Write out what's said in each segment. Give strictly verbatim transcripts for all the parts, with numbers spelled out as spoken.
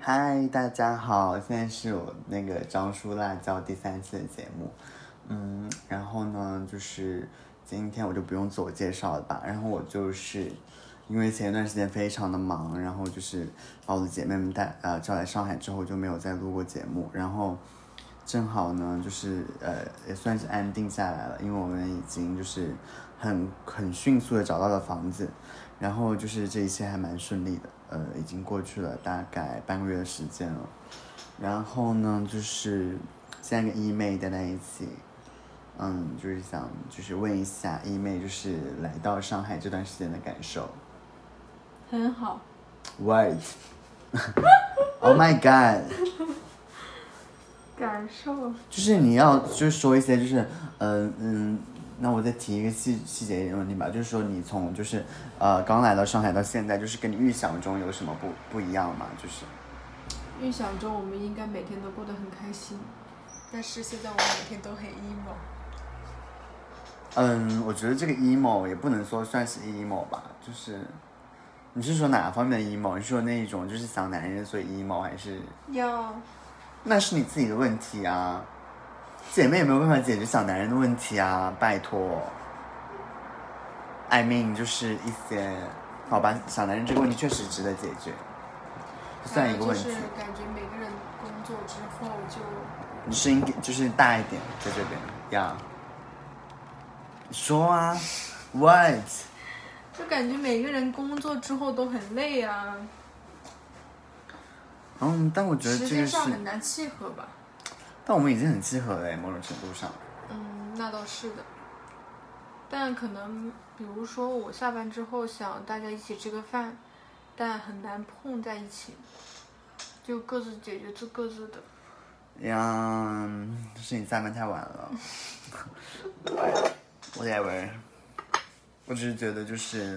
嗨，大家好，现在是我那个张叔辣椒第三期的节目，嗯，然后呢，就是今天我就不用自我介绍了吧，然后我就是因为前一段时间非常的忙，然后就是把我的姐妹们带呃叫来上海之后就没有再录过节目，然后正好呢就是呃也算是安定下来了，因为我们已经就是很很迅速的找到了房子，然后就是这一切还蛮顺利的。呃，已经过去了大概半个月的时间了，然后呢，就是现在跟一妹待在一起，嗯，就是想就是问一下一妹，就是来到上海这段时间的感受。 很好。 What? Oh my god! 感受就是你要就是说一些就是嗯、呃、嗯。那我再提一个细细节一点问题吧，就是说你从就是呃刚来到上海到现在，就是跟你预想中有什么不不一样吗？就是预想中我们应该每天都过得很开心，但是现在我每天都很 emo。 嗯，我觉得这个 emo 也不能说算是 emo 吧，就是你是说哪方面的 emo？ 你是说那一种就是想男人所以 emo， 还是？ 要。 那是你自己的问题啊。姐妹有没有办法解决小男人的问题啊？拜托 I mean 就是一些好吧，小男人这个问题确实值得解决，算一个问题。 就是感觉每个人工作之后就你声音就是大一点，在这边呀、yeah. 说啊 What？ 就感觉每个人工作之后都很累啊。 嗯，但我觉得这个是时间上很难契合吧。 但我们已经很契合了，某种程度上。 嗯，那倒是的。但可能，比如说我下班之后想大家一起吃个饭，但很难碰在一起，就各自解决自各自的。 呀，是你下班太晚了。Whatever。我只是觉得就是，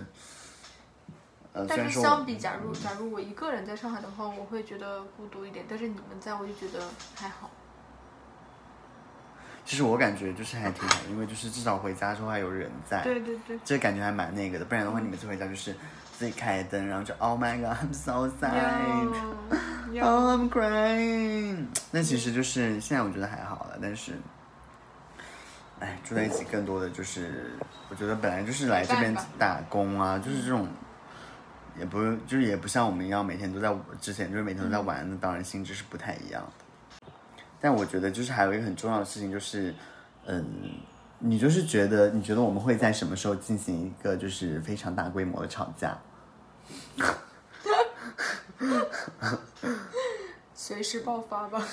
呃， 但是相比，假如假如我一个人在上海的话，我会觉得孤独一点。但是你们在，我就觉得还好。 其实我感觉就是还挺好，因为就是至少回家之后还有人在， 对对对， 这感觉还蛮那个的。不然的话，你每次回家就是自己开灯，然后就 Oh my God, I'm so sad, Oh I'm crying。那其实就是现在我觉得还好了，但是，哎，住在一起更多的就是，我觉得本来就是来这边打工啊，就是这种，也不就是也不像我们一样每天都在之前就是每天都在玩，那当然性质是不太一样的。但我觉得就是还有一个很重要的事情就是，嗯，你就是觉得你觉得我们会在什么时候进行一个就是非常大规模的吵架？ 随时爆发吧。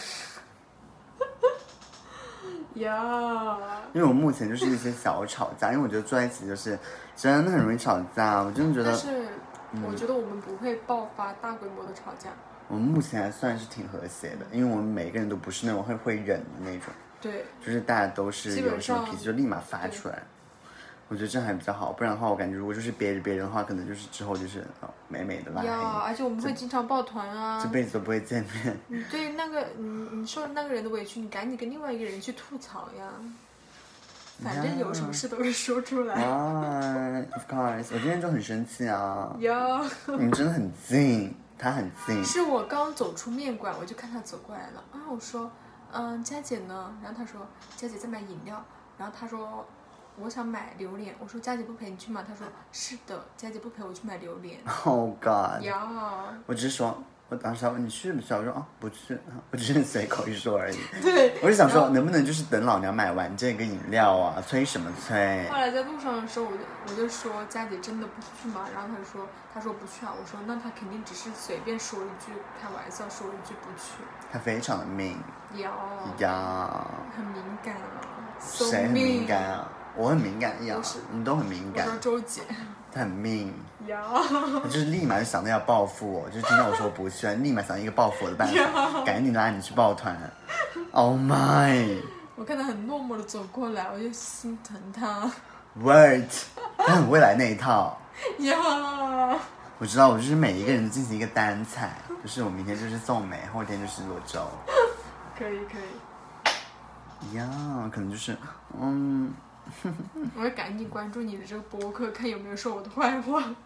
呀。 因为我目前就是一些小吵架，因为我觉得住在一起就是真的很容易吵架，我真的觉得。 但是我觉得我们不会爆发大规模的吵架。 我们目前还算是挺和谐的，因为我们每个人都不是那种会会忍的那种， 对， 就是大家都是有什么脾气就立马发出来，我觉得这还比较好，不然的话我感觉如果就是憋着憋着的话，可能就是之后就是哦美美的拉黑。 呀，而且我们会经常抱团啊， 这辈子都不会见面。 你对那个你你受那个人的委屈，你赶紧跟另外一个人去吐槽呀，反正有什么事都会说出来。 啊 ，Of course， 我今天就很生气啊。 呀， 你们真的很近。他很近， 是我刚走出面馆，我就看他走过来了啊！我说，嗯，佳姐呢？然后他说，佳姐在买饮料。然后他说，我想买榴莲。我说，佳姐不陪你去吗？他说，是的，佳姐不陪我去买榴莲。 Oh God！ 呀， 我只是说，我当时问你去不去，我说哦不去，我只是随口一说而已。 对， 我是想说，能不能就是等老娘买完这个饮料啊？催什么催？ 后来在路上的时候，我就我就说佳姐真的不去吗？然后他就说他说不去啊。我说那他肯定只是随便说一句开玩笑，说一句不去。 他非常的命。 呀呀。 很敏感啊。 谁很敏感啊？我很敏感呀，你都很敏感。 我说周姐。 他很命， 呀， 他就是立马就想到要报复我，就是听到我说不去，立马想到一个报复我的办法，赶紧拉你去抱团。Oh my！ 我看他很落寞的走过来，我就心疼他。 Word， 他很会来那一套。 呀， 我知道，我就是每一个人进行一个单采，就是我明天就是宋美，后天就是洛州。 可以可以。 呀，可能就是嗯。 我会赶紧关注你的这个博客，看有没有说我的坏话。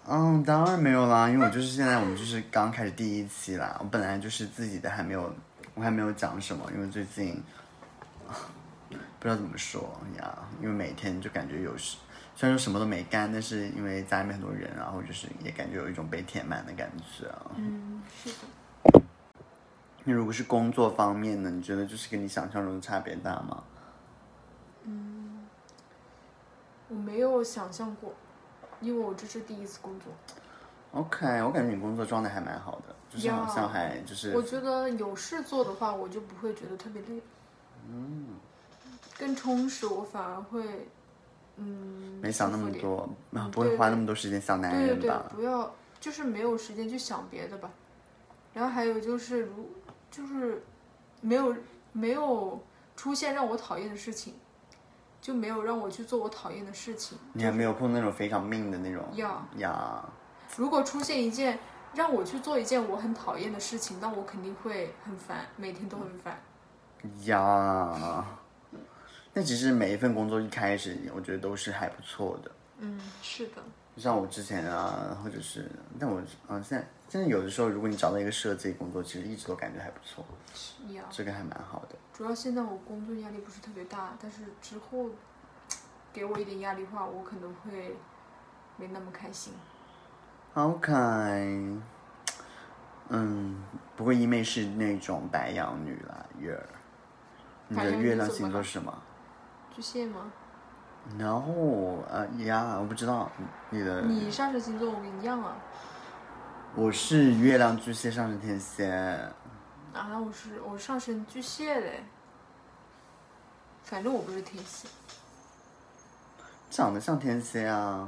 嗯，当然没有啦，因为我就是现在我们就是刚开始第一期啦，我本来就是自己的还没有，我还没有讲什么，因为最近不知道怎么说呀，因为每天就感觉有时虽然说什么都没干，但是因为家里面很多人，然后就是也感觉有一种被填满的感觉啊。 嗯，是的。 那如果是工作方面呢，你觉得就是跟你想象中的差别大吗？ 嗯，我没有想象过，因为我这是第一次工作。 OK，我感觉你工作状态还蛮好的，就是好像还就是。 我觉得有事做的话，我就不会觉得特别累。 嗯。 更充实，我反而会，嗯。 没想那么多， 嗯、 不会花那么多时间想男人吧？ 对对对，不要，就是没有时间去想别的吧。然后还有就是，如就是没有没有出现让我讨厌的事情。就没有让我去做我讨厌的事情。 你还没有碰那种非常命的那种。 呀呀。 如果出现一件让我去做一件我很讨厌的事情，那我肯定会很烦，每天都很烦。 呀。那其实每一份工作一开始，我觉得都是还不错的。 嗯，是的。 像我之前啊，或者是，但我嗯，现在现在有的时候，如果你找到一个设计工作，其实一直都感觉还不错。 呀。 这个还蛮好的。 主要现在我工作压力不是特别大，但是之后给我一点压力的话，我可能会没那么开心。 OK， 嗯，不过一妹是那种白羊女啦，月儿。你的月亮星座是什么？ 巨蟹吗 ？No， 呃呀，我不知道你的。 你上升星座我跟你一样啊。 我是月亮巨蟹，上升天蝎。 啊，我是我上升巨蟹嘞。反正我不是天蝎。 长得像天蝎啊。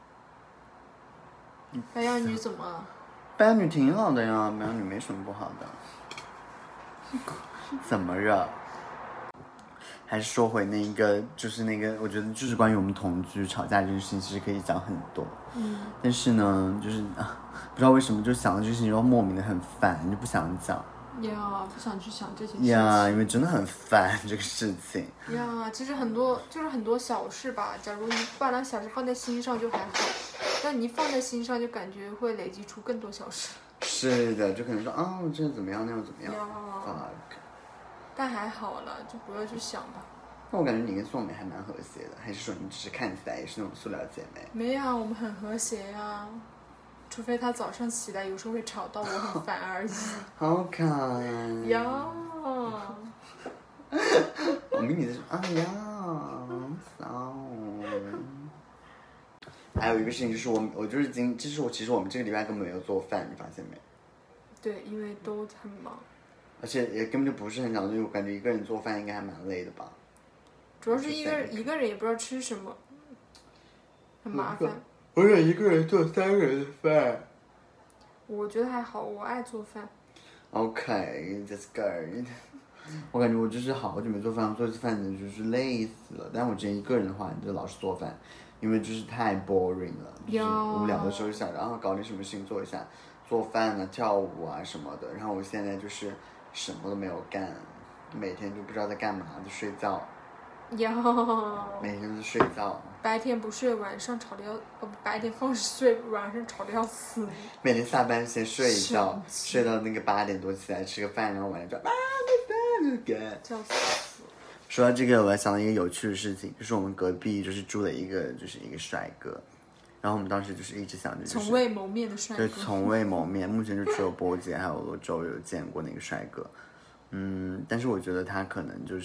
白羊女怎么了？ 白羊女挺好的呀，白羊女没什么不好的。怎么了？还是说回那个，就是那个，我觉得就是关于我们同居吵架这件事情，其实可以讲很多。 嗯。 但是呢，就是啊，不知道为什么就想到这个事情，然后莫名的很烦，就不想讲。 呀，不想去想这些事情。 呀，因为真的很烦这个事情。 呀，其实很多就是很多小事吧，假如你把那小事放在心上就还好，但你放在心上就感觉会累积出更多小事。 是的，就可能说啊，这样怎么样，那样怎么样。 Fuck。但还好了，就不要去想吧。 那我感觉你跟宋美还蛮和谐的，还是说你只是看起来也是那种塑料姐妹？ 没有啊，我们很和谐呀，除非她早上起来有时候会吵到我很烦而已。 好可爱呀。 我跟你的啊呀，骚。还有一个事情就是我，我就是今，就是我其实我们这个礼拜根本没有做饭，你发现没？ 对，因为都很忙。 而且也根本就不是很想，因为我感觉一个人做饭应该还蛮累的吧。 主要是一个人一个人也不知道吃什么，很麻烦。 我想一个人做三个人的饭。 我觉得还好，我爱做饭。 OK，that's good。我感觉我就是好久没做饭，做一次饭就是累死了。但我之前一个人的话，就老是做饭，因为就是太 boring 了，就是无聊的时候想然后搞点什么事情做一下，做饭啊、跳舞啊什么的。然后我现在就是什么都没有干，每天就不知道在干嘛，就睡觉。 呀。 每天都是睡觉。 白天不睡，晚上吵得要，呃，白天放睡，晚上吵得要死。 每天下班先睡一觉，睡到那个八点多起来吃个饭，然后晚上就啊，没饭了， 笑死。 说到这个，我还想到一个有趣的事情，就是我们隔壁就是住了一个就是一个帅哥，然后我们当时就是一直想着、就是， 从未谋面的帅哥。 对，从未谋面，目前就只有波姐还有罗周有见过那个帅哥，嗯，但是我觉得他可能就是，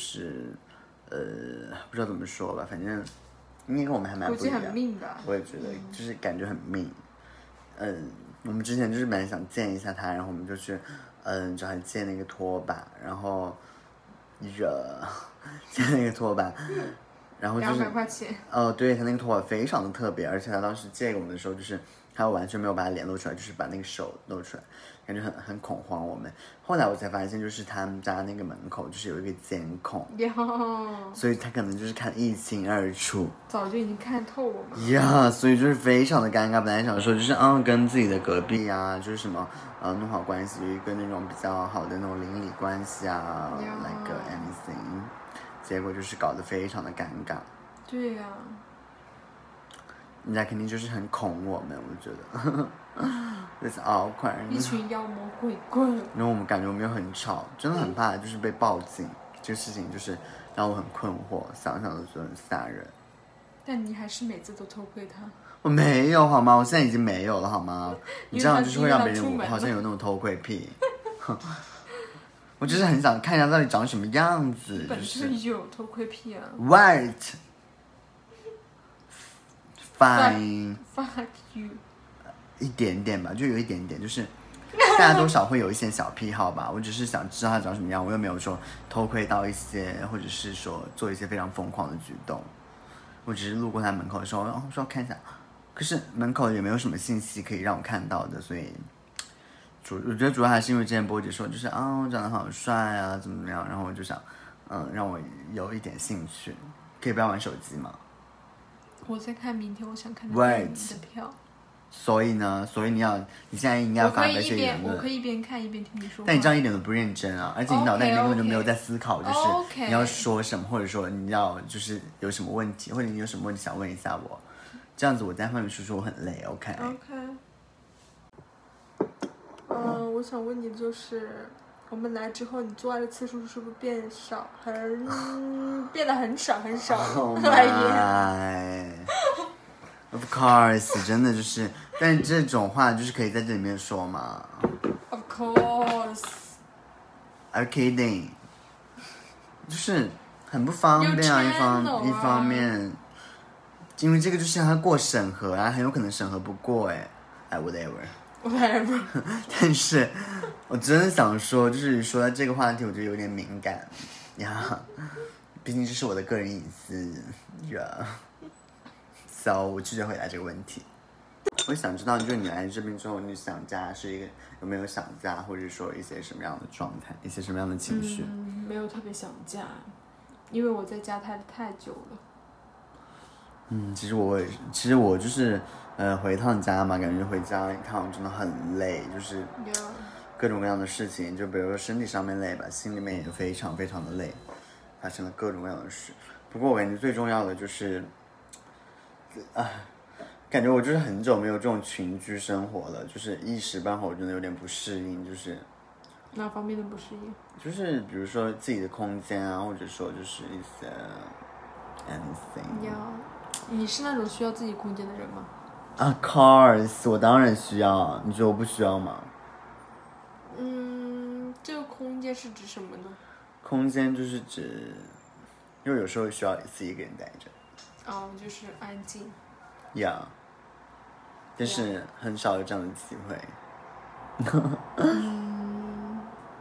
呃，不知道怎么说吧，反正。应该跟我们还蛮不一样， 估计很命吧。 我也觉得，就是感觉很命。嗯，我们之前就是本来想见一下他，然后我们就去，嗯，找他借那个拖把，然后惹借那个拖把，然后就是两百块钱。 哦，对，他那个拖把非常的特别，而且他当时借给我们的时候，就是他完全没有把脸露出来，就是把那个手露出来，感觉很很恐慌我们。后来我才发现，就是他们家那个门口就是有一个监控，所以他可能就是看一清二楚， 早就已经看透我们了呀，所以就是非常的尴尬。本来想说就是嗯跟自己的隔壁啊，就是什么呃弄好关系，有一个那种比较好的那种邻里关系啊 ，like anything， 结果就是搞得非常的尴尬。 对呀、啊。 人家肯定就是很恐我们，我觉得，It's awkward。 一群妖魔鬼怪。 然后我们感觉我们又很吵，真的很怕就是被报警，这个事情就是让我很困惑，想想都觉得很吓人。 但你还是每次都偷窥他。 我没有好吗？我现在已经没有了好吗？你这样就是会让别人我好像有那种偷窥癖。我只是很想看一下到底长什么样子。 本身就有偷窥癖啊。 Right. Fine. Fuck you. 一点点吧，就有一点点，就是大家多少会有一些小癖好吧。我只是想知道他长什么样，我又没有说偷窥到一些，或者是说做一些非常疯狂的举动。我只是路过他门口的时候，哦，说看一下，可是门口也没有什么信息可以让我看到的，所以主我觉得主要还是因为之前波姐说就是啊，我长得好帅啊，怎么怎么样，然后我就想，嗯，让我有一点兴趣，可以不要玩手机吗？ 我在看明天我想看的电影的票。 所以呢，所以你要，你现在应该要发表一些言论。我可以一边看一边听你说话。 但你这样一点都不认真啊！而且你脑袋里面根本就没有在思考，就是你要说什么，或者说你要就是有什么问题，或者你有什么问题想问一下我，这样子我单方面说说我很累 ，OK？OK。 Okay? 嗯，我想问你就是，我们来之后你做爱的次数是不是变少，很变得很少很少？ Oh my Of course， 真的就是，但是这种话就是可以在这里面说嘛。 Of course。I'm kidding。就是很不方便啊，一方啊一方面，因为这个就是要过审核啊，很有可能审核不过哎，哎 whatever。whatever。但是，我真的想说，就是说到这个话题，我觉得有点敏感呀，毕竟这是我的个人隐私呀。So， 我拒绝回答这个问题。我想知道，就是你来这边之后，你想家是一个有没有想家，或者说一些什么样的状态，一些什么样的情绪？ 嗯，没有特别想家，因为我在家待太久了。 嗯，其实我其实我就是呃回一趟家嘛，感觉回家一趟真的很累，就是各种各样的事情，就比如说身体上面累吧，心里面也非常非常的累，发生了各种各样的事。不过我感觉最重要的就是。啊，感觉我就是很久没有这种群居生活了，就是一时半会儿我真的有点不适应，就是哪方面的不适应？ 就是比如说自己的空间啊，或者说就是一些 anything。 要，你是那种需要自己空间的人吗？ 啊 course， 我当然需要，你觉得我不需要吗？ 嗯，这个空间是指什么呢？ 空间就是指，因为有时候需要自己一个人待着。 哦，就是安静。 呀、yeah, ，但是很少有这样的机会。 嗯，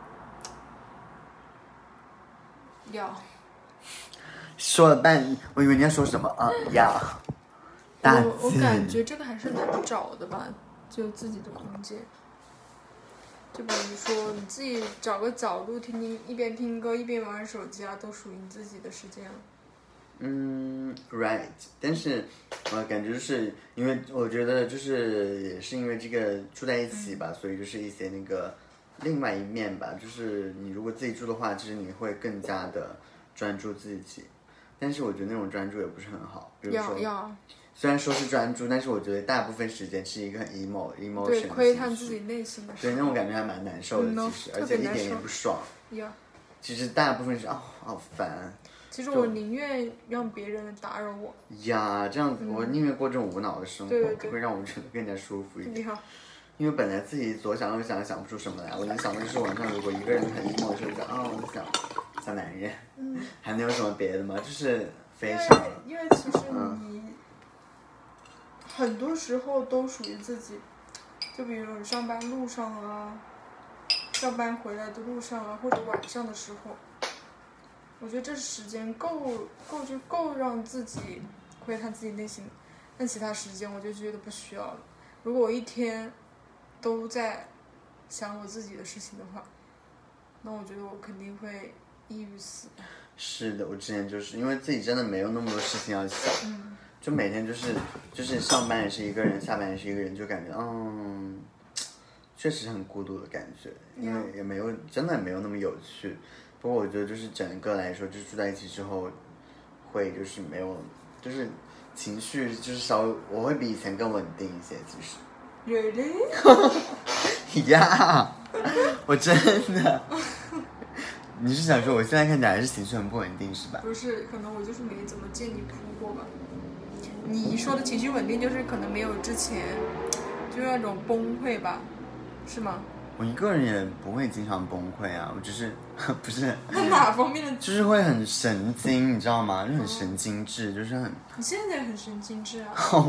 要。 说了半，我以为你要说什么啊呀？大我我感觉这个还是难找的吧，就自己的空间。就比如说你自己找个角度听听，一边听歌一边玩手机啊，都属于你自己的时间了。 嗯 ，right， 但是，呃，感觉就是因为我觉得就是也是因为这个住在一起吧，嗯、所以就是一些那个另外一面吧，就是你如果自己住的话，其实你会更加的专注自己，但是我觉得那种专注也不是很好，比如说， 要虽然说是专注，但是我觉得大部分时间是一个很 emo emotion， 对，窥探自己内心的时候， 对，那种感觉还蛮难受的，其实，而且一点也不爽。 要， 其实大部分是哦，好烦。 其实我宁愿让别人打扰我呀，这样子、嗯、我宁愿过这种无脑的生活， 对对对， 会让我觉得更加舒服一点。 你好， 因为本来自己左想右想想不出什么来，我能想的就是晚上如果一个人很 emo 的时候，就啊，我想想男人，嗯，还能有什么别的吗？就是非常， 因为其实你很多时候都属于自己，就比如上班路上啊，上班回来的路上啊，或者晚上的时候。我觉得这时间够够就够让自己窥探自己内心，但其他时间我就觉得不需要了。如果我一天都在想我自己的事情的话，那我觉得我肯定会抑郁死。 是的，我之前就是因为自己真的没有那么多事情要想， 嗯、 就每天就是就是上班也是一个人，下班也是一个人，就感觉嗯，确实很孤独的感觉，因为也没有真的没有那么有趣。不过我觉得就是整个来说，就住在一起之后，会就是没有，就是情绪就是稍微我会比以前更稳定一些，其实。 Really？ 呀， yeah, 我真的。你是想说我现在看起来还是情绪很不稳定是吧？ 不是，可能我就是没怎么见你哭过吧。你说的情绪稳定就是可能没有之前就是那种崩溃吧，是吗？ 我一个人也不会经常崩溃啊，我只是不是那哪方面的？ 就是会很神经，你知道吗？就很神经质，就是很。 你现在也很神经质啊。 Oh,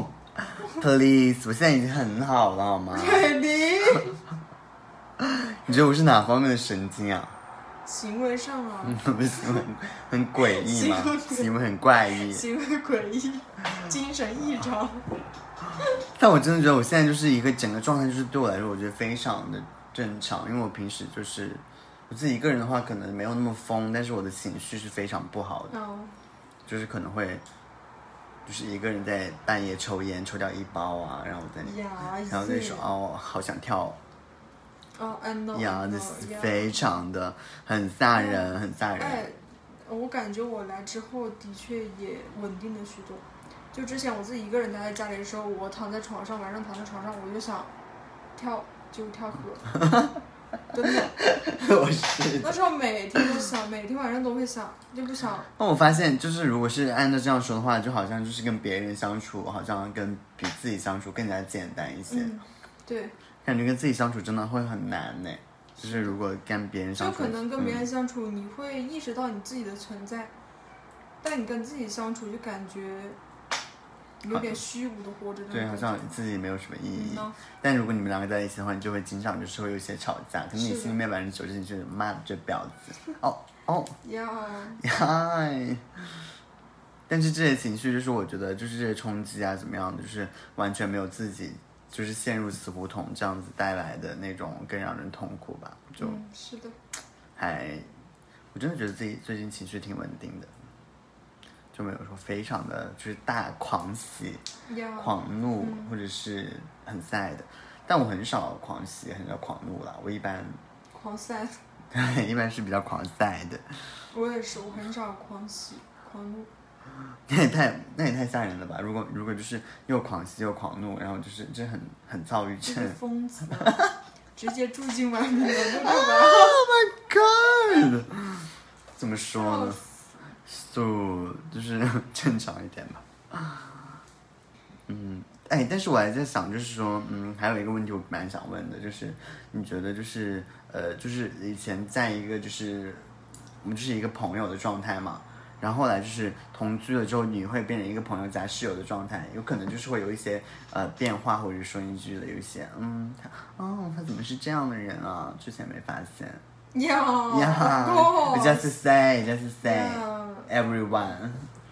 please， 我现在已经很好了，好吗？ Really？ 你觉得我是哪方面的神经啊？ 行为上啊。 不是行为很诡异吗？行为很怪异。 行为诡异，精神异常。 但我真的觉得我现在就是一个整个状态，就是对我来说，我觉得非常的正常，因为我平时就是我自己一个人的话，可能没有那么疯，但是我的情绪是非常不好的， oh. 就是可能会就是一个人在半夜抽烟，抽掉一包啊，然后在 ，yeah, 然后再说哦，好想跳。 哦 I know, 呀， I know, 这是 yeah. 非常的很吓人，嗯、很吓人。 哎，我感觉我来之后的确也稳定了许多。就之前我自己一个人待在家里的时候，我躺在床上，晚上躺在床上，我就想跳就跳河，真的。 我是那时候每天都想，每天晚上都会想，就不想。 那我发现，就是如果是按照这样说的话，就好像就是跟别人相处，好像跟比自己相处更加简单一些。 嗯，对。 感觉跟自己相处真的会很难呢，就是如果跟别人相处， 就可能跟别人相处，嗯、你会意识到你自己的存在，但你跟自己相处就感觉有点虚无的活着。 对，好像自己没有什么意义。 嗯、 但如果你们两个在一起的话，你就会经常就是会有一些吵架，可能你心里面百分之九十就是骂这婊子。哦哦呀呀！但是这些情绪，就是我觉得，就是这些冲击啊，怎么样的，就是完全没有自己。就是陷入死胡同这样子带来的那种更让人痛苦吧，就， 嗯，是的， 还，我真的觉得自己最近情绪挺稳定的，就没有说非常的就是大狂喜、 yeah, 狂怒、 嗯、 或者是很 sad， 但我很少狂喜，很少狂怒啦，我一般狂 sad， 对，一般是比较狂 sad 的。 我也是，我很少狂喜、狂怒。 那也太那也太吓人了吧！如果如果就是又狂喜又狂怒，然后就是这很很躁郁症， 疯子，直接住进外面了，对吧 ？Oh my god！ 怎么说呢？就就是正常一点吧。嗯，哎，但是我还在想，就是说，嗯，还有一个问题我蛮想问的，就是你觉得就是呃，就是以前在一个就是我们就是一个朋友的状态嘛。然后后来就是同居了之后，你会变成一个朋友加室友的状态，有可能就是会有一些呃变化，或者说一句的有一些嗯，他哦他怎么是这样的人啊？之前没发现。 呀呀 ，just say, just say, everyone。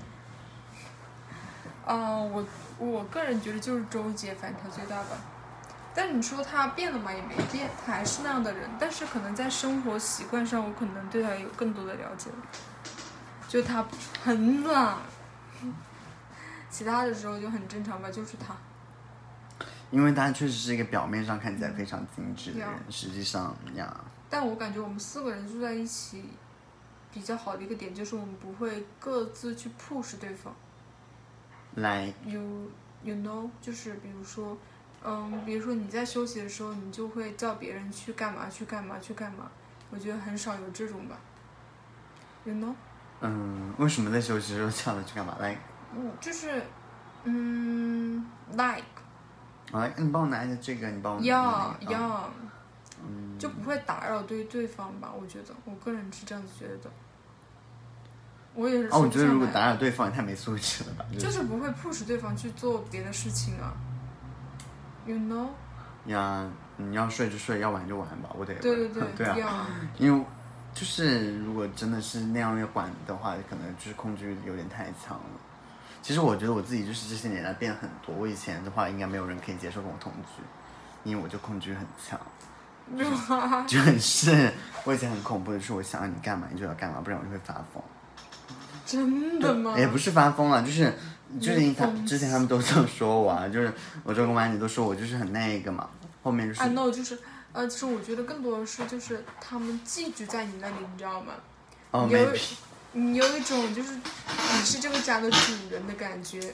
嗯，我我个人觉得就是周姐反差最大吧。但你说他变了嘛，也没变，他还是那样的人。但是可能在生活习惯上，我可能对他有更多的了解了。就他很懒，其他的时候就很正常吧，就是他。 因为他确实是一个表面上看起来非常精致的人，嗯、实际上呀。 但我感觉我们四个人住在一起，比较好的一个点就是我们不会各自去 push 对方。 来。 You you know， 就是比如说，嗯，比如说你在休息的时候，你就会叫别人去干嘛去干嘛去干嘛，我觉得很少有这种吧。You know。 嗯，为什么在休息的时候叫他去干嘛？来， 嗯，就是，嗯 ，like， 来，你帮我拿一下这个，你帮我拿要那个。 要， 嗯， 就不会打扰对对方吧？我觉得，我个人是这样子觉得。我也是。 哦，我觉得如果打扰对方，也太没素质了吧？ 就是、就是不会 push 对方去做别的事情啊。You know？ 呀，你要睡就睡，要玩就玩吧，我得。 对对对。 对啊，因为。就是如果真的是那样要管的话，可能就是控制欲有点太强了。其实我觉得我自己就是这些年来变很多，我以前的话应该没有人可以接受跟我同居，因为我就控制欲很强。就是、就是我以前很恐怖的是，我想让你干嘛你就要干嘛，不然我就会发疯。 真的吗？ 也不是发疯了，就是就是因为他之前他们都这么说我啊，就是我周跟妈你都说我就是很那个嘛，后面就是。 I know， 就是。呃，其实我觉得更多的是就是他们寄居在你那里，你知道吗？ 哦， 你有你有一种就是你是这个家的主人的感觉，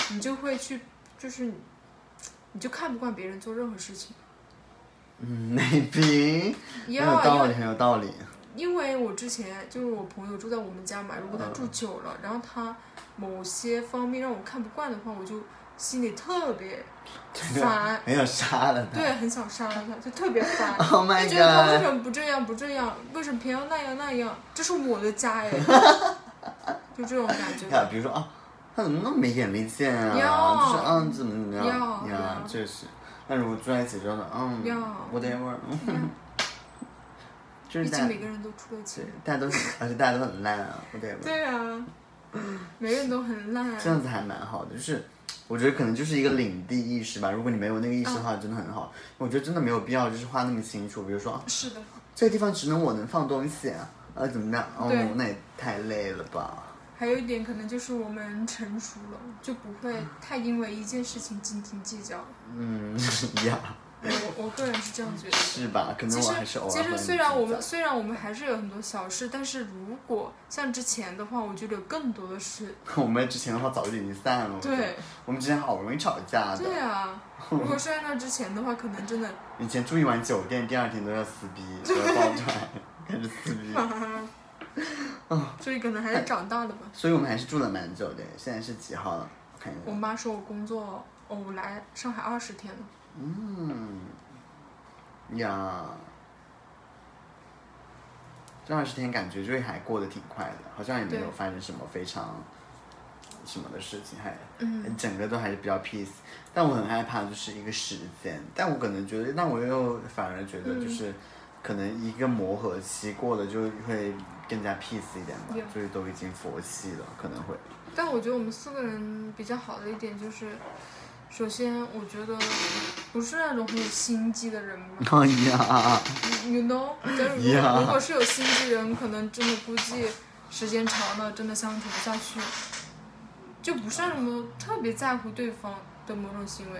你就会去，就是你就看不惯别人做任何事情。 嗯，maybe 很有道理，很有道理。 因为我之前就是我朋友住在我们家嘛，如果他住久了，然后他某些方面让我看不惯的话，我就心里特别烦， 很想杀了他。 对，很想杀了他，就特别烦。 Oh my god！ 就觉得他为什么不这样不这样？为什么偏要那样那样？这是我的家哎，就这种感觉。 呀，比如说啊，他怎么那么没眼力见啊？就是嗯，怎么怎么样？呀，确实。那如果住在一起之后呢？嗯 ，whatever。就是毕竟每个人都出了钱， 大家都，而且大家都很烂啊，对吧？ 对啊，每个人都很烂。 这样子还蛮好的，就是我觉得可能就是一个领地意识吧。如果你没有那个意识的话，真的很好。我觉得真的没有必要就是画那么清楚，比如说， 是的， 这个地方只能我能放东西啊，呃，怎么样？哦，那也太累了吧。 还有一点可能就是我们成熟了，就不会太因为一件事情斤斤计较。 嗯，呀。 我我个人是这样觉得， 是吧？可能我还是偶尔其实虽然我们虽然我们还是有很多小事，但是如果像之前的话，我觉得有更多的事。 我们之前的话早就已经散了。 对， 我们之前好容易吵架的。 对啊，如果是按照之前的话，可能真的。 以前住一晚酒店，第二天都要撕逼，都要爆出来，开始撕逼。 啊，所以可能还是长大了吧。 所以我们还是住了蛮久的，现在是几号了？我看一下。 我妈说我工作，哦，我来上海二十天了。 嗯，呀，这二十天感觉就还过得挺快的，好像也没有发生什么非常什么的事情，还、嗯、整个都还是比较 peace。但我很害怕就是一个时间，但我可能觉得，但我又反而觉得就是、嗯、可能一个磨合期过了就会更加 peace 一点吧，就是都已经佛系了，可能会。 但我觉得我们四个人比较好的一点就是。首先，我觉得不是那种很有心机的人嘛。 哎呀 ，you know， 但是如果如果是有心机人，可能真的估计时间长了，真的相处不下去，就不是什么特别在乎对方的某种行为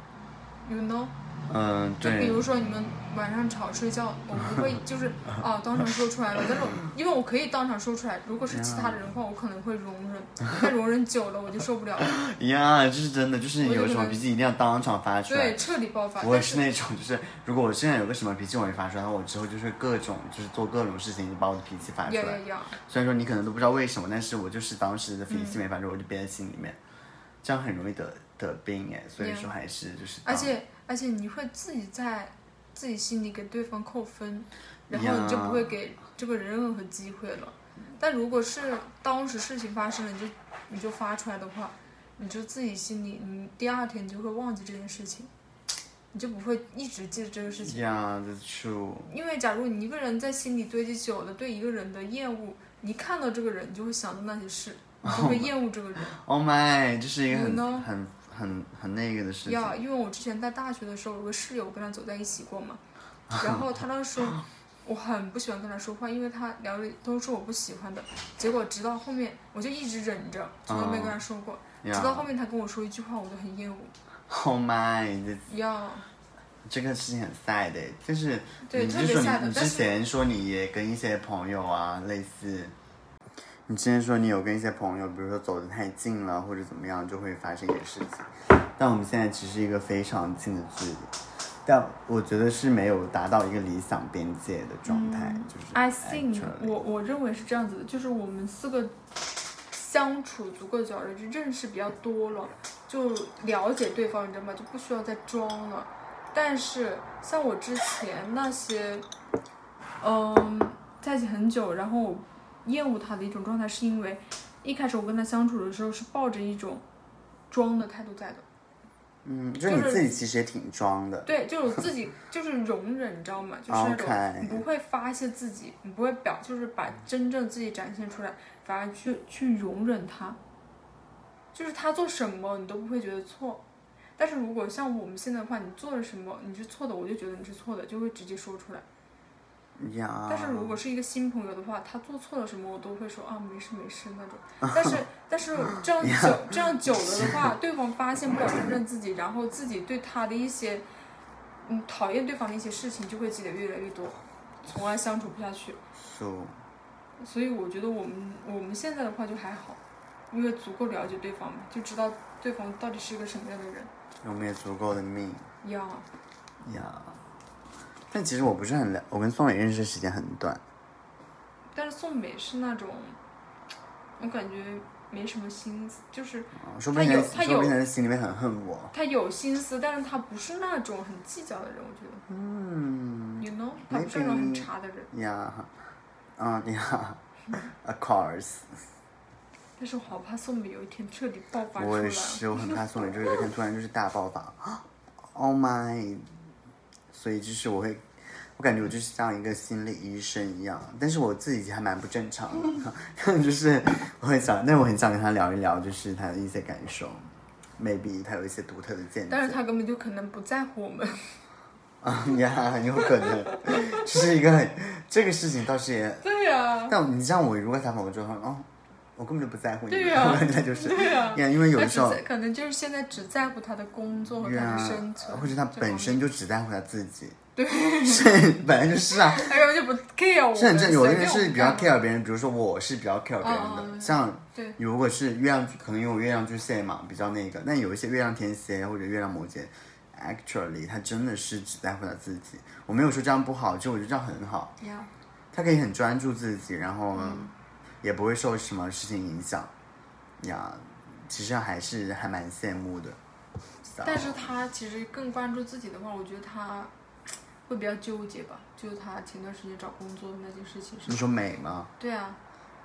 ，you know。 嗯，对。 就比如说你们晚上吵睡觉，我不会就是哦当场说出来了，但是因为我可以当场说出来，如果是其他人的话，我可能会容忍，但容忍久了我就受不了了。 呀，这是真的，就是你有什么脾气一定要当场发出来， 对，彻底爆发。 我也是那种，就是如果我现在有个什么脾气我没发出来，然后我之后就是各种就是做各种事情把我的脾气发出来。 呀呀呀！ 虽然说你可能都不知道为什么，但是我就是当时的脾气没发出来，我就憋在心里面，这样很容易得得病哎，所以说还是就是。 而且。而且你会自己在自己心里给对方扣分，然后你就不会给这个人任何机会了。但如果是当时事情发生了，你就你就发出来的话，你就自己心里，你第二天你就会忘记这件事情，你就不会一直记得这个事情。 Yeah, that's true. 因为假如你一个人在心里堆积久了，对一个人的厌恶，你一看到这个人，你就会想到那些事，你就会厌恶这个人。 Oh my， 这是一个很、you know? 很。很很那个的事情。 呀，因为我之前在大学的时候有个室友，跟他走在一起过嘛，然后他当时说我很不喜欢跟他说话，因为他聊的都是我不喜欢的。结果直到后面，我就一直忍着，从来没跟他说过。直到后面他跟我说一句话，我就很厌恶。 Oh my， 呀， 这个事情很 sad 的，就是对， 你就说你你之前说你也跟一些朋友啊类似。你之前说你有跟一些朋友，比如说走得太近了或者怎么样，就会发生一些事情。但我们现在只是一个非常近的距离，但我觉得是没有达到一个理想边界的状态。嗯、就是 I think 我我认为是这样子的，就是我们四个相处足够久了，就认识比较多了，就了解对方，你知道吗？就不需要再装了。但是像我之前那些，嗯，在一起很久，然后。厌恶他的一种状态，是因为一开始我跟他相处的时候是抱着一种装的态度在的。 嗯，就是你自己其实也挺装的。 对，就是我自己就是容忍，你知道吗？就是那种你不会发泄自己，你不会表，就是把真正自己展现出来，反而去去容忍他。就是他做什么你都不会觉得错，但是如果像我们现在的话，你做了什么你是错的，我就觉得你是错的，就会直接说出来。 呀， 但是如果是一个新朋友的话，他做错了什么我都会说啊没事没事那种。但是但是这样久这样久了的话，对方发现不了真正自己，然后自己对他的一些嗯讨厌对方的一些事情就会积累越来越多，从而相处不下去。 So. 所以我觉得我们我们现在的话就还好。 因为足够了解对方嘛，就知道对方到底是一个什么样的人。 我们也足够的命。 呀。 呀。但其实我不是很了，我跟宋美认识的时间很短。 但是宋美是那种，我感觉没什么心思，就是说不定他说不定他心里面很恨我。 他有心思，但是他不是那种很计较的人，我觉得。 嗯。 You know， 他不是那种很差的人。 呀。嗯呀。Of course。 但是我好怕宋美有一天彻底爆发出来。 我也是，我很怕宋美就有一天突然就是大爆发。Oh my！ 所以就是我会。我感觉我就是像一个心理医生一样，但是我自己还蛮不正常的，就是我很想，但我很想跟他聊一聊，就是他的一些感受 ，maybe 他有一些独特的见解。 但是他根本就可能不在乎我们。 啊呀，很有可能，就是一个很这个事情倒是也对呀、啊。 但你像我如果采访我之后，哦，我根本就不在乎你们， 对呀、啊， 那就是对呀、 啊，因为有的时候可能就是现在只在乎他的工作和他的生存， 啊、或者他本身就只在乎他自己。 对， 是本来就是啊， 他根本就不 care 我。 是很正，有的人是比较 care 别人，比如说我是比较 care 别人的， 嗯、 像对， 如果是月亮，可能因为我月亮巨蟹嘛，比较那个，但有一些月亮天蝎或者月亮摩羯 ，actually 他真的是只在乎他自己。我没有说这样不好，就我觉得这样很好。 Yeah. 他可以很专注自己，然后、 嗯、 也不会受什么事情影响。呀，其实还是还蛮羡慕的。 但是他其实更关注自己的话，我觉得他会比较纠结吧。就是他前段时间找工作的那件事情上。 你说美吗？ 对啊。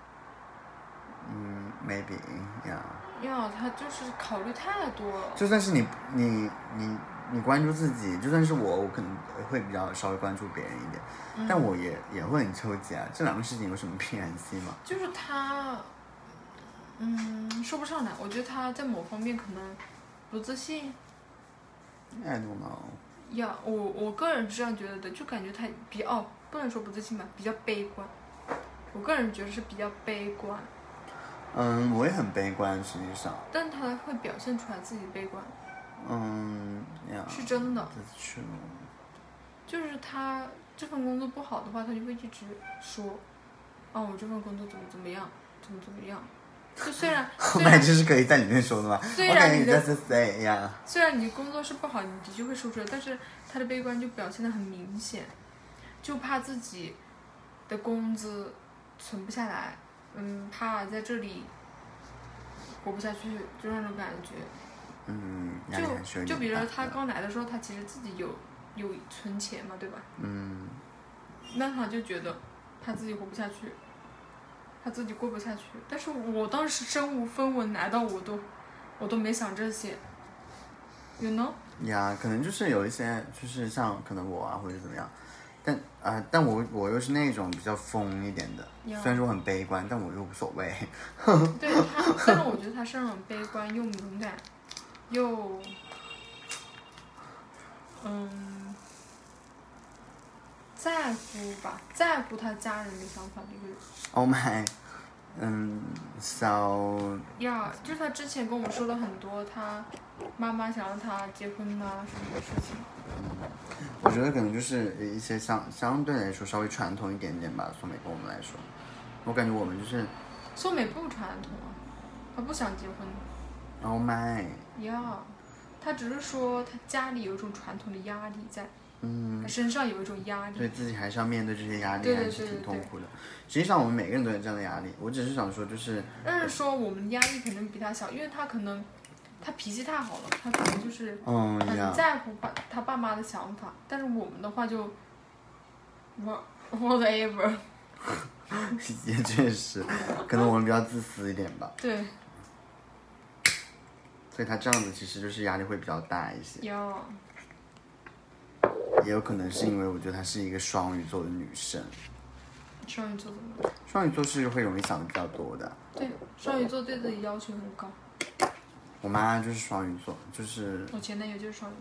嗯 ，maybe 呀。 呀，他就是考虑太多了。 就算是你你你你关注自己，就算是我，我可能会比较稍微关注别人一点，嗯、但我也也会很纠结啊。这两个事情有什么必然性吗？ 就是他，嗯，说不上来。我觉得他在某方面可能不自信。 I don't know。 呀，我我个人是这样觉得的，就感觉他比哦，不能说不自信吧，比较悲观。我个人觉得是比较悲观。 嗯，我也很悲观，实际上。 但他会表现出来自己悲观。 嗯，呀。 是真的。 That's true。 就是他这份工作不好的话，他就会一直说，哦，我这份工作怎么怎么样，怎么怎么样。就虽然， 那这是可以在里面说的吗？ 虽然你的 okay, say, yeah. 虽然你工作是不好，你的确会说出来，但是他的悲观就表现得很明显，就怕自己的工资存不下来，嗯，怕在这里活不下去，就那种感觉。 嗯， 就就比如说他刚来的时候，他其实自己有有存钱嘛，对吧？ 嗯。 那他就觉得他自己活不下去。他自己过不下去，但是我当时身无分文来到，我都我都没想这些 ，you know？ 呀，可能就是有一些，就是像可能我啊，或者怎么样，但啊、呃，但我我又是那种比较疯一点的，虽然说很悲观，但我又无所谓。 对他，但是我觉得他是那种悲观又敏感，又嗯在乎吧，在乎他家人的想法的一个人。 Oh my， 嗯 ，so 呀，就是他之前跟我们说了很多，他妈妈想让他结婚啊什么的事情。 嗯，我觉得可能就是一些相相对来说稍微传统一点点吧，宋美跟我们来说，我感觉我们就是。 宋美不传统啊，她不想结婚。 Oh my。 呀，她只是说她家里有一种传统的压力在。 嗯， 他身上有一种压力， 对自己还是要面对这些压力，还是挺痛苦的。实际上，我们每个人都有这样的压力。我只是想说，就是， 但是说我们的压力可能比他小，因为他可能他脾气太好了，他可能就是嗯很在乎爸他爸妈的想法。但是我们的话就，whatever。 也确实，可能我们比较自私一点吧。 对。 所以他这样子其实就是压力会比较大一些。 有。 也有可能是因为我觉得她是一个双鱼座的女生。 双鱼座怎么了？ 双鱼座是会容易想的比较多的。 对，双鱼座对自己要求很高。 我妈就是双鱼座，就是。 我前男友就是双鱼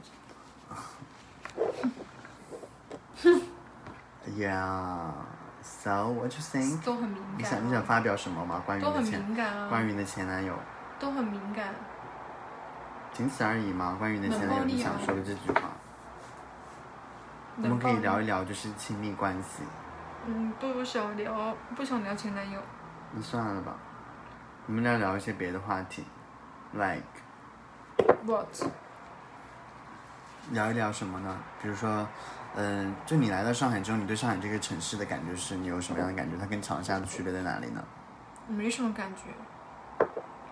座。Yeah, so what you think? 都很敏感、啊。 你想你想发表什么吗？关于你的前都很敏感、啊、 关于你的前男友。 都很敏感。 仅此而已吗？关于你的前男友，你想说的这句话。我们可以聊一聊，就是亲密关系。 嗯，不想聊，不想聊前男友。 你算了吧。 我们来聊一些别的话题 ，like what？ 聊一聊什么呢？比如说，嗯、呃，就你来到上海之后，你对上海这个城市的感觉是你有什么样的感觉？它跟长沙的区别在哪里呢？ 没什么感觉。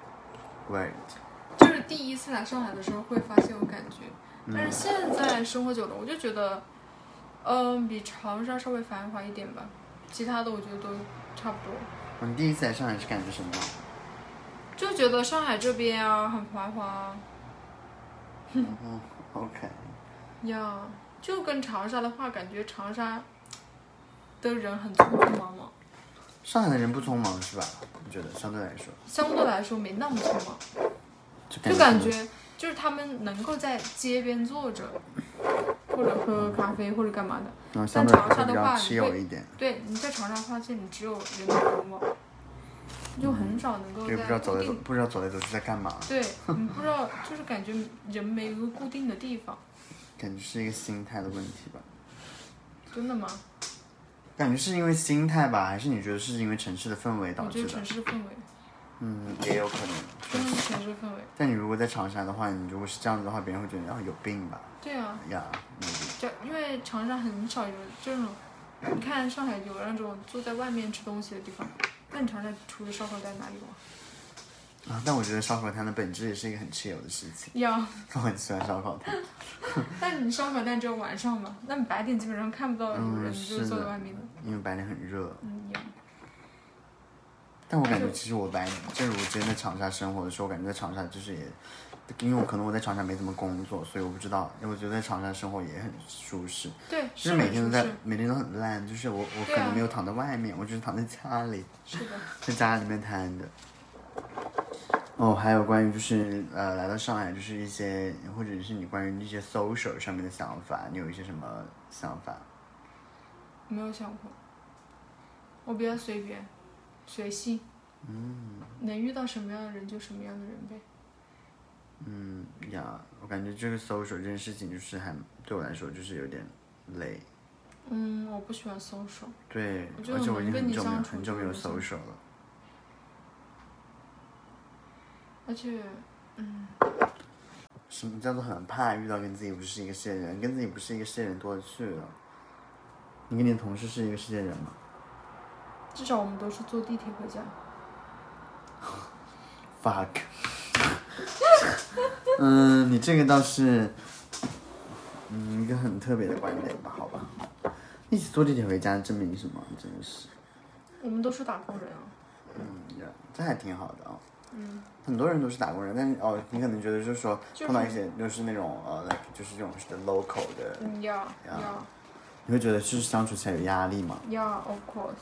Right。 就是第一次来上海的时候会发现有感觉，但是现在生活久了，我就觉得，嗯、呃，比长沙稍微繁华一点吧，其他的我觉得都差不多。 你第一次来上海是感觉什么？ 就觉得上海这边啊很繁华。 嗯 ，OK。 呀，就跟长沙的话，感觉长沙的人很匆匆忙忙。 上海的人不匆忙是吧？你觉得相对来说？ 相对来说没那么匆忙， 就就感觉就是他们能够在街边坐着，或者喝咖啡或者干嘛的。 嗯、 但长沙的话， 你会对你在长沙发现你只有人来人往，就很少能够在不知道走来走不知道走来走去在干嘛。 对，你不知道，就是感觉人没有一个固定的地方。 感觉是一个心态的问题吧。 真的吗？ 感觉是因为心态吧，还是你觉得是因为城市的氛围导致的？ 我觉得城市氛围。 嗯，也有可能。 真的是城市氛围。 但你如果在长沙的话，你如果是这样子的话，别人会觉得你有病吧？ 对啊。 呀， 就因为长沙很少有这种，你看上海有那种坐在外面吃东西的地方，那你长沙除了烧烤摊哪里有啊？ 啊，但我觉得烧烤摊的本质也是一个很自由的事情。 呀。 我很喜欢烧烤摊。 但你烧烤摊只有晚上嘛？那你白天基本上看不到有人就是坐在外面的。 因为白天很热。 嗯，呀。 但我感觉其实我白，正如我之前在长沙生活的时候，我感觉在长沙就是也，因为我可能我在长沙没怎么工作，所以我不知道，因为我觉得在长沙生活也很舒适。 对， 就是每天都在，每天都很烂，就是我我可能没有躺在外面， 啊、 我就是躺在家里。 是的。 在家里面瘫的。哦，还有关于就是呃来到上海，就是一些或者是你关于一些 social 上面的想法，你有一些什么想法？ 没有想过，我比较随便。随性， 嗯， 能遇到什么样的人就什么样的人呗。 嗯呀，我感觉这个 social 这件事情就是还对我来说就是有点累。 嗯，我不喜欢 social。 对， 而且我已经很久没有很久没有 social 了。 而且，嗯。 什么叫做很怕遇到跟自己不是一个世界人？跟自己不是一个世界人多了去了。你跟你的同事是一个世界人吗？ 至少我们都是坐地铁回家。 fuck。嗯，你这个倒是，嗯，一个很特别的观点吧？好吧。一起坐地铁回家证明什么？真的是。 我们都是打工人啊。 嗯呀，这还挺好的啊。 嗯。 很多人都是打工人，但是哦，你可能觉得就是说碰到一些就是那种呃，就是这种的 local 的。 嗯呀呀。 你会觉得就是相处起来有压力吗？ Yeah, of course。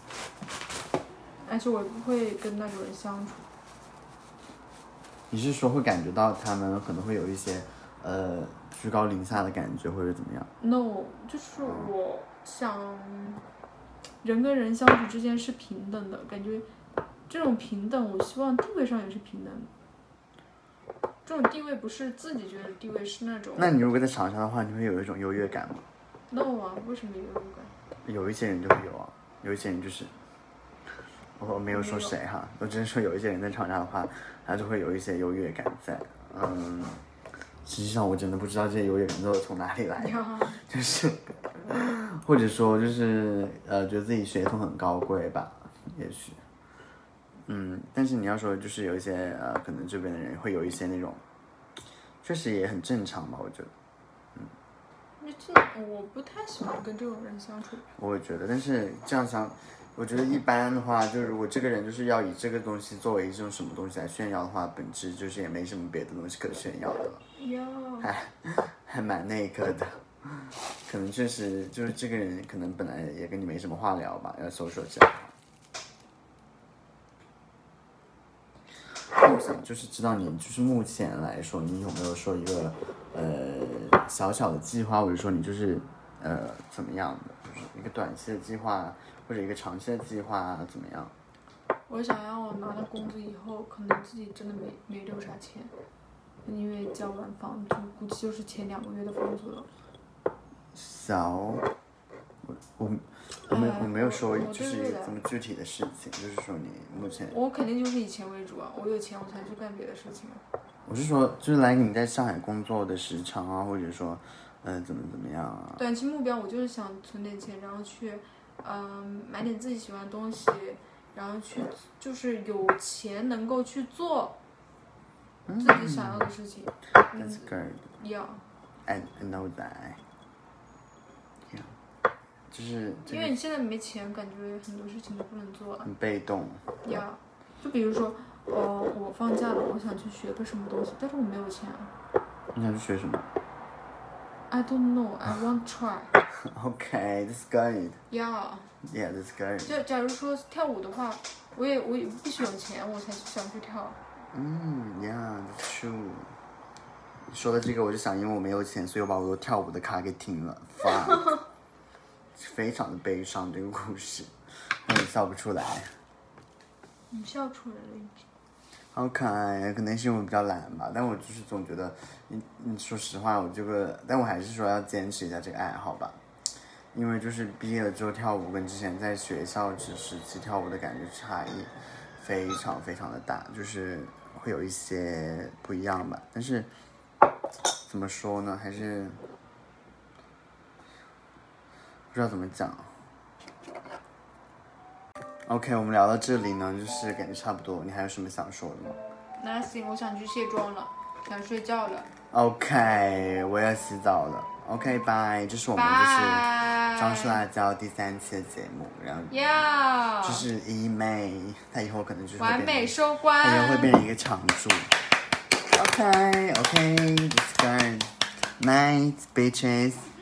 而且我不会跟那种人相处。 你是说会感觉到他们可能会有一些呃居高临下的感觉，或者怎么样 ？No， 就是我想人跟人相处之间是平等的，感觉这种平等，我希望地位上也是平等的。这种地位不是自己觉得地位，是那种。 那你如果在长沙的话，你会有一种优越感吗 ？No 啊，为什么有优越感？ 有一些人就会有啊，有一些人就是。我没有说谁哈，我只是说有一些人在长沙的话，他就会有一些优越感在。嗯，实际上我真的不知道这些优越感都是从哪里来的，就是，或者说就是呃，觉得自己血统很高贵吧，也许。嗯，但是你要说就是有一些呃，可能这边的人会有一些那种，确实也很正常吧，我觉得。 嗯。我不太喜欢跟这种人相处。 我也觉得，但是这样想。我觉得一般的话，就如果这个人就是要以这个东西作为一种什么东西来炫耀的话，本质就是也没什么别的东西可炫耀的了。 Yeah. 还还蛮那个的，可能确实就是这个人可能本来也跟你没什么话聊吧，要搜索起来。我想就是知道你就是目前来说，你有没有说一个呃小小的计划，或者说你就是呃怎么样的，就是一个短期的计划。或者一个长期的计划怎么样？ 我想要我拿到工资以后，可能自己真的没没留啥钱，因为交完房租，估计就是前两个月的房租了。 小， 我我我没我没有说我就是对的这么具体的事情，就是说你目前我肯定就是以钱为主啊，我有钱我才去干别的事情啊。 我是说就是来你在上海工作的时长啊，或者说呃怎么怎么样啊？ 短期目标我就是想存点钱，然后去嗯、呃买点自己喜欢的东西，然后去就是有钱能够去做自己想要的事情。 嗯、That's good. Yeah. I know that. Yeah. 就是、这个、 因为你现在没钱，感觉很多事情都不能做了。 很被动。 Yeah. 就比如说，呃，我放假了，我想去学个什么东西，但是我没有钱啊。 你想去学什么 ？I don't know. I want try. Okay, that's good. Yeah. Yeah, that's good. 就假如说跳舞的话，我也我也必须有钱，我才想去跳。 嗯 ，Yeah, that's true. 说的这个，我就想，因为我没有钱，所以我把我的跳舞的卡给停了。Fuck. 非常的悲伤这个故事，但我笑不出来。 你笑出来了已经。 好可爱，可能是因为我比较懒吧，但我就是总觉得，你你说实话，我这个，但我还是说要坚持一下这个爱好吧，因为就是毕业了之后跳舞跟之前在学校时时期跳舞的感觉差异非常非常的大，就是会有一些不一样吧，但是怎么说呢，还是不知道怎么讲。OK， 我们聊到这里呢，就是感觉差不多。你还有什么想说的吗 ？Nothing， 我想去卸妆了，想睡觉了。 OK， 我要洗澡了。OK， 拜。这是我们就是张氏辣椒第三期的节目，然后要这是一妹，她以后可能就是完美收官， 她以后会变成一个常驻。OK，OK， it's good. Night, bitches.